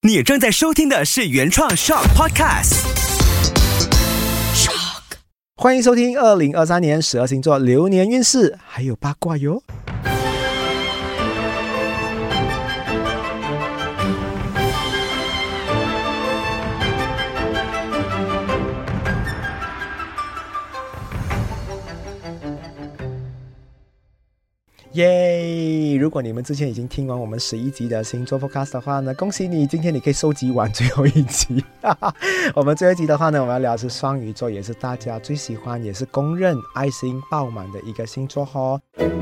你正在收听的是原创 Shock Podcast。Shock， 欢迎收听2023年12星座流年运势，还有八卦哟。耶！如果你们之前已经听完我们11集的星座 Podcast 的话呢，恭喜你，今天你可以收集完最后一集。我们最后一集的话呢，我们要聊的是双鱼座，也是大家最喜欢，也是公认爱心爆满的一个星座哦。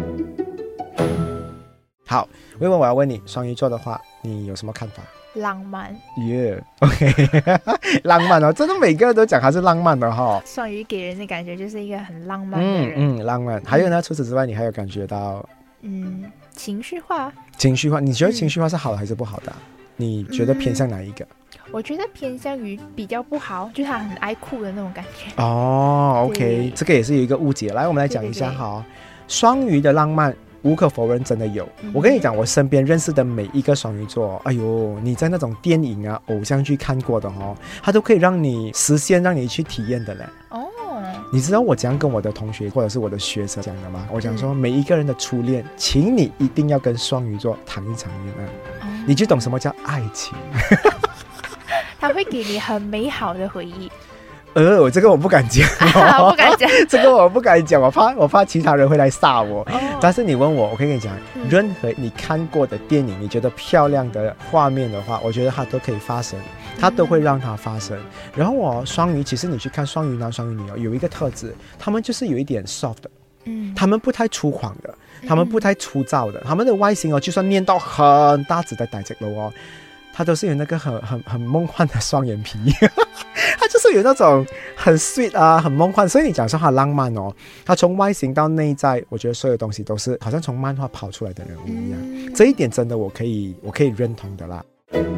好，薇薇，我要问你，双鱼座的话，你有什么看法？ 浪漫 OK 浪漫哦，真的每个人都讲他是浪漫的哈。 双鱼给人的感觉就是一个很浪漫的人。 浪漫。还有呢，除此之外，你还有感觉到情绪化。 你觉得情绪化是好的还是不好的你觉得偏向哪一个？ 我觉得偏向于比较不好，就是他很爱哭的那种感觉。 OK， 这个也是有一个误解。来，我们来讲一下哈，双鱼的浪漫无可否认真的有。我跟你讲，我身边认识的每一个双鱼座，哎呦，你在那种电影啊偶像剧看过的它都可以让你实现，让你去体验的嘞。你知道我怎样跟我的同学或者是我的学生讲的吗？我讲说，每一个人的初恋，请你一定要跟双鱼座谈一场恋爱，你就懂什么叫爱情。 他会给你很美好的回忆。 这个我不敢讲我不敢讲这个我不敢讲，我怕其他人会来杀我。但是你问我，我可以跟你讲，任何你看过的电影，你觉得漂亮的画面的话，我觉得它都可以发生，它都会让它发生。然后双鱼，其实你去看双鱼男双鱼女有一个特质，他们就是有一点 soft 的，他们不太粗犷的，他们不太粗糙的，他们的外形就算念到很大只的大只佬他都是有那个很梦幻的双眼皮他就是有那种很 sweet 啊，很梦幻。所以你讲说他浪漫他从外形到内在，我觉得所有东西都是好像从漫画跑出来的人物一样。这一点真的我可以认同的啦。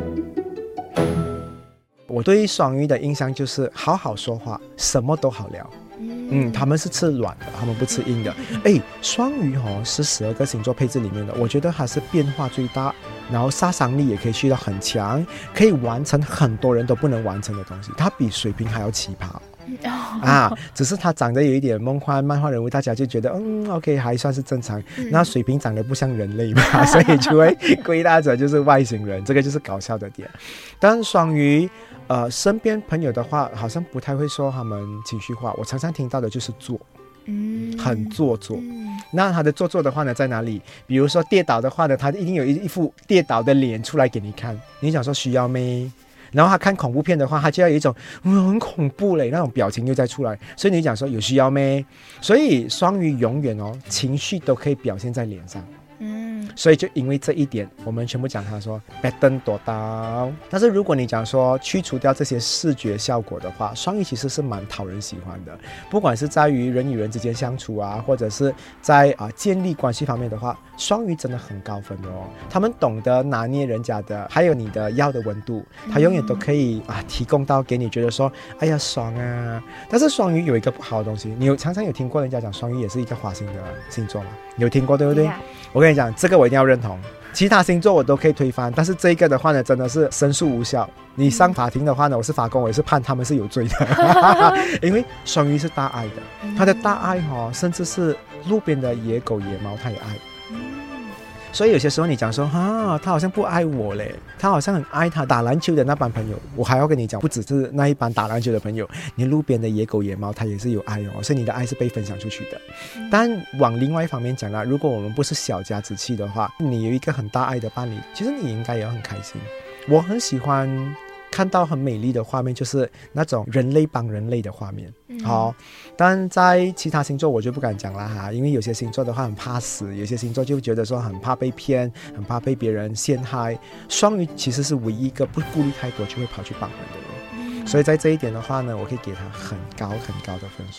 我对双鱼的印象就是好好说话，什么都好聊。他们是吃软的，他们不吃硬的。双鱼是12个星座配置里面的，我觉得它是变化最大，然后杀伤力也可以去到很强，可以完成很多人都不能完成的东西。它比水瓶还要奇葩只是它长得有一点梦幻漫画人物，大家就觉得OK 还算是正常。那水瓶长得不像人类嘛，所以就会归纳着就是外星人，这个就是搞笑的点。但是双鱼身边朋友的话好像不太会说他们情绪化，我常常听到的就是很做作。那他的做作的话呢在哪里？比如说跌倒的话呢，他一定有一副跌倒的脸出来给你看，你想说需要咩？然后他看恐怖片的话，他就要有一种很恐怖嘞那种表情又再出来，所以你讲说有需要咩？所以双鱼永远情绪都可以表现在脸上。所以就因为这一点，我们全部讲他说白灯多刀。但是如果你讲说去除掉这些视觉效果的话，双鱼其实是蛮讨人喜欢的，不管是在于人与人之间相处啊，或者是在建立关系方面的话，双鱼真的很高分的他们懂得拿捏人家的，还有你的要的温度，他永远都可以提供到给你觉得说哎呀爽啊。但是双鱼有一个不好的东西，你常常有听过人家讲双鱼也是一个花心的星座吗？你有听过对不对？我跟你讲，这个我一定要认同，其他星座我都可以推翻，但是这个的话呢真的是申诉无效。你上法庭的话呢，我是法官，我也是判他们是有罪的因为双鱼是大爱的，他的大爱甚至是路边的野狗野猫他也爱。所以有些时候你讲说他好像不爱我嘞，他好像很爱他打篮球的那班朋友，我还要跟你讲，不只是那一班打篮球的朋友，你路边的野狗野猫他也是有爱所以你的爱是被分享出去的。但往另外一方面讲啦，如果我们不是小家子气的话，你有一个很大爱的伴侣，其实你应该也很开心。我很喜欢看到很美丽的画面，就是那种人类帮人类的画面。但在其他星座我就不敢讲了因为有些星座的话很怕死，有些星座就觉得说很怕被骗，很怕被别人陷害。双鱼其实是唯一一个不顾虑太多就会跑去帮人的人，所以在这一点的话呢，我可以给他很高很高的分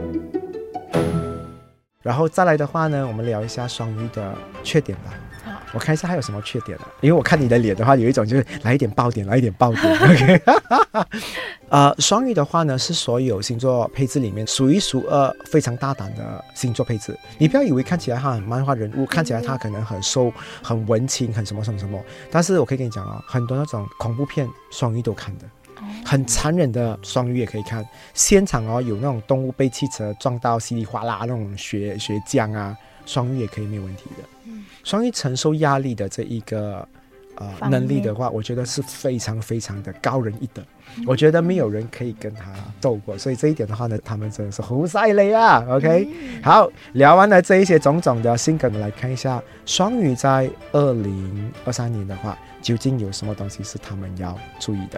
数。然后再来的话呢，我们聊一下双鱼的缺点吧。 我看一下还有什么缺点啊，因为我看你的脸的话，有一种就是来一点爆点，来一点爆点。OK， 双鱼的话呢，是所有星座配置里面数一数二非常大胆的星座配置。你不要以为看起来他很漫画人物，看起来他可能很瘦、很文青、很什么什么什么，但是我可以跟你讲哦，很多那种恐怖片，双鱼都看的。很残忍的双鱼也可以看，现场哦有那种动物被汽车撞到稀里哗啦那种血浆啊，双鱼也可以没有问题的。双鱼承受压力的这一个能力的话，我觉得是非常非常的高人一等。我觉得没有人可以跟他斗过，所以这一点的话呢，他们真的是好犀利啊 OK， 好，聊完了这一些种种的性格，我们来看一下双鱼在2023年的话，究竟有什么东西是他们要注意的。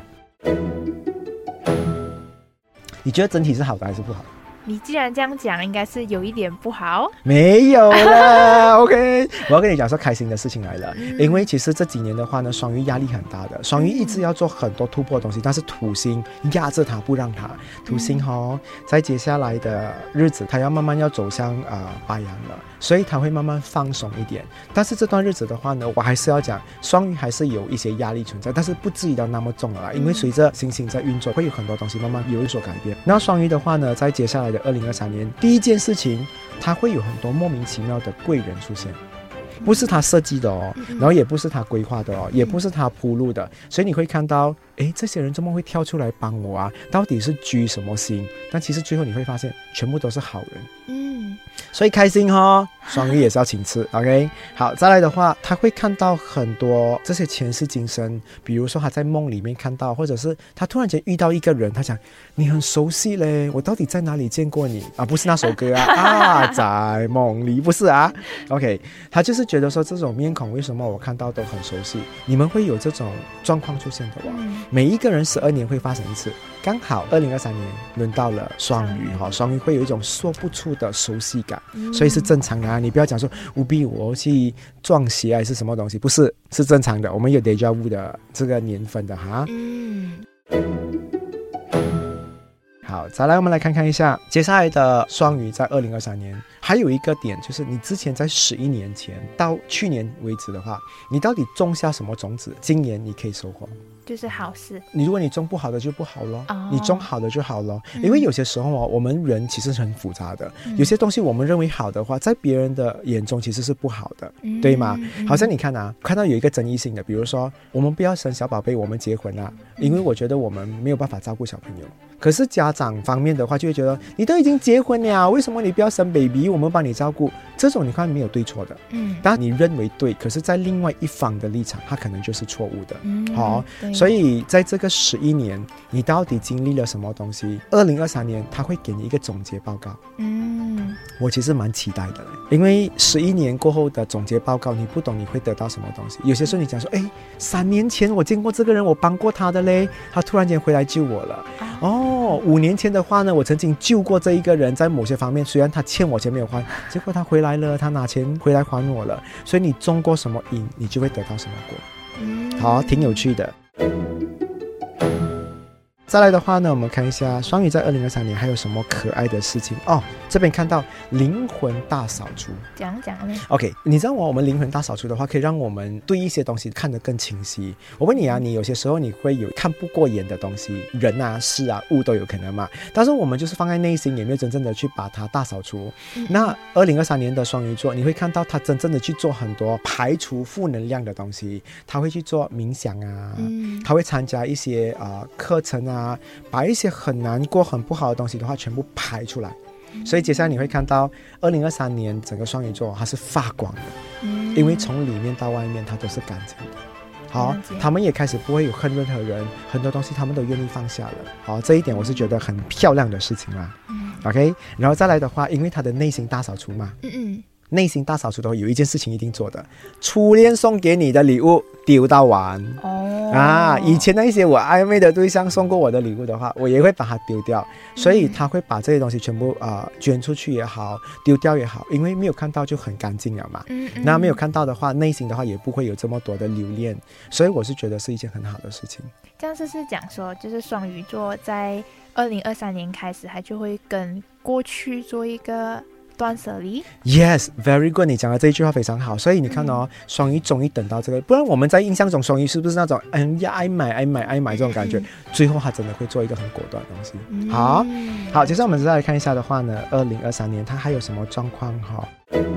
你觉得整体是好的还是不好？ 你既然这样讲，应该是有一点不好。 没有啦OK， 我要跟你讲说开心的事情来了，因为其实这几年的话呢，双鱼压力很大的，双鱼一直要做很多突破的东西，但是土星压着他不让他，土星在接下来的日子他要慢慢要走向白羊了，所以他会慢慢放松一点，但是这段日子的话呢，我还是要讲双鱼还是有一些压力存在，但是不至于到那么重了啦，因为随着星星在运作，会有很多东西慢慢有所改变。那双鱼的话呢，在接下来的2023年，第一件事情，它会有很多莫名其妙的贵人出现，不是他设计的哦，然后也不是他规划的哦，也不是他铺路的，所以你会看到，这些人怎么会跳出来帮我啊？到底是居什么心？但其实最后你会发现，全部都是好人。所以开心哦，双鱼也是要请吃 OK。 好，再来的话，他会看到很多这些前世今生，比如说他在梦里面看到，或者是他突然间遇到一个人，他讲你很熟悉嘞，我到底在哪里见过你啊？不是那首歌啊在梦里，不是啊 OK， 他就是觉得说这种面孔为什么我看到都很熟悉，你们会有这种状况出现的哦。每一个人12年会发生一次，刚好2023年轮到了双鱼双鱼会有一种说不出的熟悉感，所以是正常的啊，你不要讲说务必我去撞邪还是什么东西，不是，是正常的，我们有 déjà vu 的这个年份的哈。好，再来我们来看看一下接下来的双鱼在2023年还有一个点，就是你之前在11年前到去年为止的话，你到底种下什么种子，今年你可以收获， 就是好事。 如果你种不好的就不好咯，你种好的就好咯。因为有些时候我们人其实是很复杂的，有些东西我们认为好的话，在别人的眼中其实是不好的，对吗？好像你看啊，看到有一个争议性的，比如说我们不要生小宝贝，我们结婚啊，因为我觉得我们没有办法照顾小朋友。可是家长方面的话就会觉得你都已经结婚了，为什么你不要生 baby， 我们帮你照顾，这种你看没有对错的，当然你认为对，可是在另外一方的立场他可能就是错误的。所以在这个11年你到底经历了什么东西，2023年他会给你一个总结报告。我其实蛮期待的，因为11年过后的总结报告，你不懂你会得到什么东西。有些时候你讲说3年前我见过这个人，我帮过他的嘞，他突然间回来救我了。5年前的话呢，我曾经救过这一个人，在某些方面虽然他欠我钱没有还，结果他回来了，他拿钱回来还我了。所以你种过什么因，你就会得到什么果。好，挺有趣的。再来的话呢，我们看一下双鱼在2023年还有什么可爱的事情这边看到灵魂大扫除， 讲呢 OK， 你知道我们灵魂大扫除的话，可以让我们对一些东西看得更清晰。我问你啊，你有些时候你会有看不过眼的东西，人啊、事啊、物都有可能嘛，但是我们就是放在内心，也没有真正的去把它大扫除。那2023年的双鱼座，你会看到他真正的去做很多排除负能量的东西，他会去做冥想啊，他会参加一些课程啊，把一些很难过很不好的东西的话全部排出来。所以接下来你会看到2023年整个双鱼座它是发光的，因为从里面到外面它都是干净的。好，他们也开始不会有恨任何人，很多东西他们都愿意放下了。好，这一点我是觉得很漂亮的事情啦。OK， 然后再来的话，因为他的内心大扫除嘛，内心大扫除的话，有一件事情一定做的，初恋送给你的礼物丢到完。以前的一些我暧昧的对象送过我的礼物的话，我也会把它丢掉。所以他会把这些东西全部捐出去也好，丢掉也好，因为没有看到就很干净了嘛。那没有看到的话，内心的话也不会有这么多的留恋，所以我是觉得是一件很好的事情。 这样是讲说，就是双鱼座在2023年开始，他就会跟过去做一个断舍离。 Yes, very good， 你讲的这一句话非常好。所以你看哦，双鱼终于等到这个，不然我们在印象中双鱼是不是那种呀爱买这种感觉，最后他真的会做一个很果断的东西。好，接下来我们再来看一下的话呢，2023年他还有什么状况哈？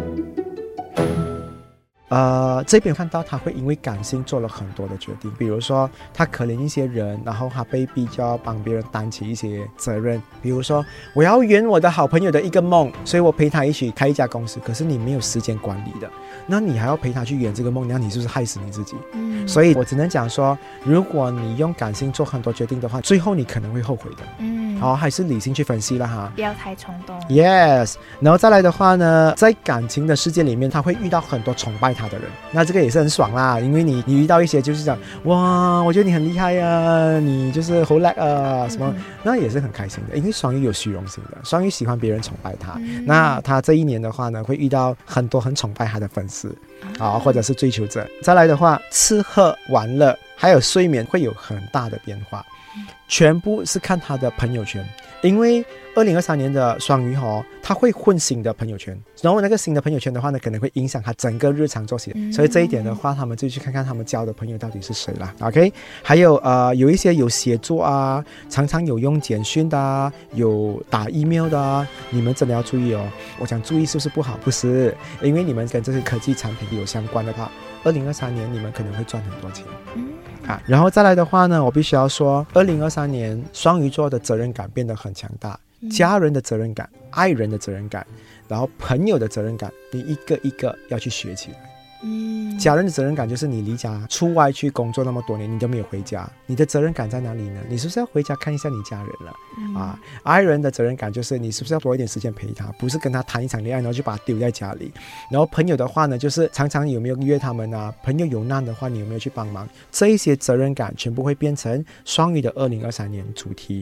这边看到他会因为感性做了很多的决定，比如说他可怜一些人，然后他被逼就要帮别人担起一些责任，比如说我要圆我的好朋友的一个梦，所以我陪他一起开一家公司，可是你没有时间管理的，那你还要陪他去圆这个梦，那你是不是害死你自己？所以我只能讲说，如果你用感性做很多决定的话，最后你可能会后悔的。还是理性去分析了哈， 不要太冲动。 Yes， 然后再来的话呢，在感情的世界里面他会遇到很多崇拜他的人，那这个也是很爽啦，因为你遇到一些就是讲哇我觉得你很厉害啊，你就是好叻啊什么，那也是很开心的，因为双鱼有虚荣心的，双鱼喜欢别人崇拜他，那他这一年的话呢会遇到很多很崇拜他的粉丝或者是追求者。再来的话，吃喝玩乐还有睡眠会有很大的变化，全部是看他的朋友圈，因为2023年的双鱼他会混新的朋友圈，然后那个新的朋友圈的话呢，可能会影响他整个日常作息，所以这一点的话，他们就去看看他们交的朋友到底是谁啦。OK， 还有有一些有写作啊，常常有用简讯的啊，有打 email 的啊，你们真的要注意哦。我讲注意是不是不好？不是，因为你们跟这些科技产品有相关的话，2023年你们可能会赚很多钱。然后再来的话呢，我必须要说2023年双鱼座的责任感变得很强大，家人的责任感、爱人的责任感，然后朋友的责任感，你一个一个要去学起来。家人的责任感就是你离家出外去工作那么多年，你都没有回家，你的责任感在哪里呢？你是不是要回家看一下你家人了？爱人的责任感就是你是不是要多一点时间陪他，不是跟他谈一场恋爱然后就把他丢在家里。然后朋友的话呢，就是常常有没有约他们啊，朋友有难的话你有没有去帮忙，这一些责任感全部会变成双鱼的2023年主题。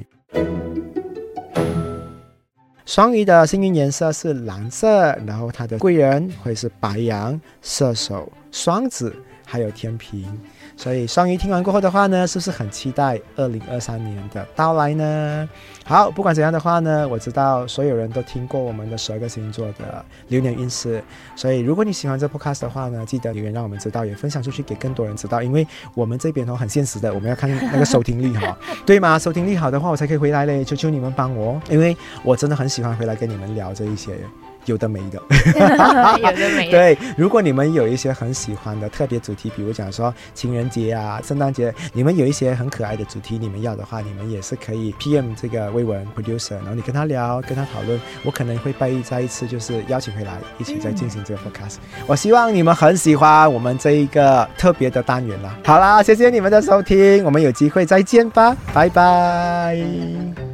双鱼的幸运颜色是蓝色，然后它的贵人会是白羊、射手、双子还有天秤。所以双鱼听完过后的话呢，是不是很期待2023年的到来呢？好，不管怎样的话呢，我知道所有人都听过我们的12个星座的流年运势，所以如果你喜欢这 podcast 的话呢，记得留言让我们知道，也分享出去给更多人知道，因为我们这边很现实的，我们要看那个收听率对吗？收听率好的话我才可以回来嘞，求求你们帮我，因为我真的很喜欢回来跟你们聊这一些有的没的有的没的。 对，如果你们有一些很喜欢的特别主题，比如讲说情人节啊、圣诞节，你们有一些很可爱的主题你们要的话，你们也是可以 PM 这个魏文 producer， 然后你跟他聊跟他讨论，我可能会再一次就是邀请回来一起再进行这个 podcast。我希望你们很喜欢我们这一个特别的单元啦。好啦，谢谢你们的收听，我们有机会再见吧，拜拜。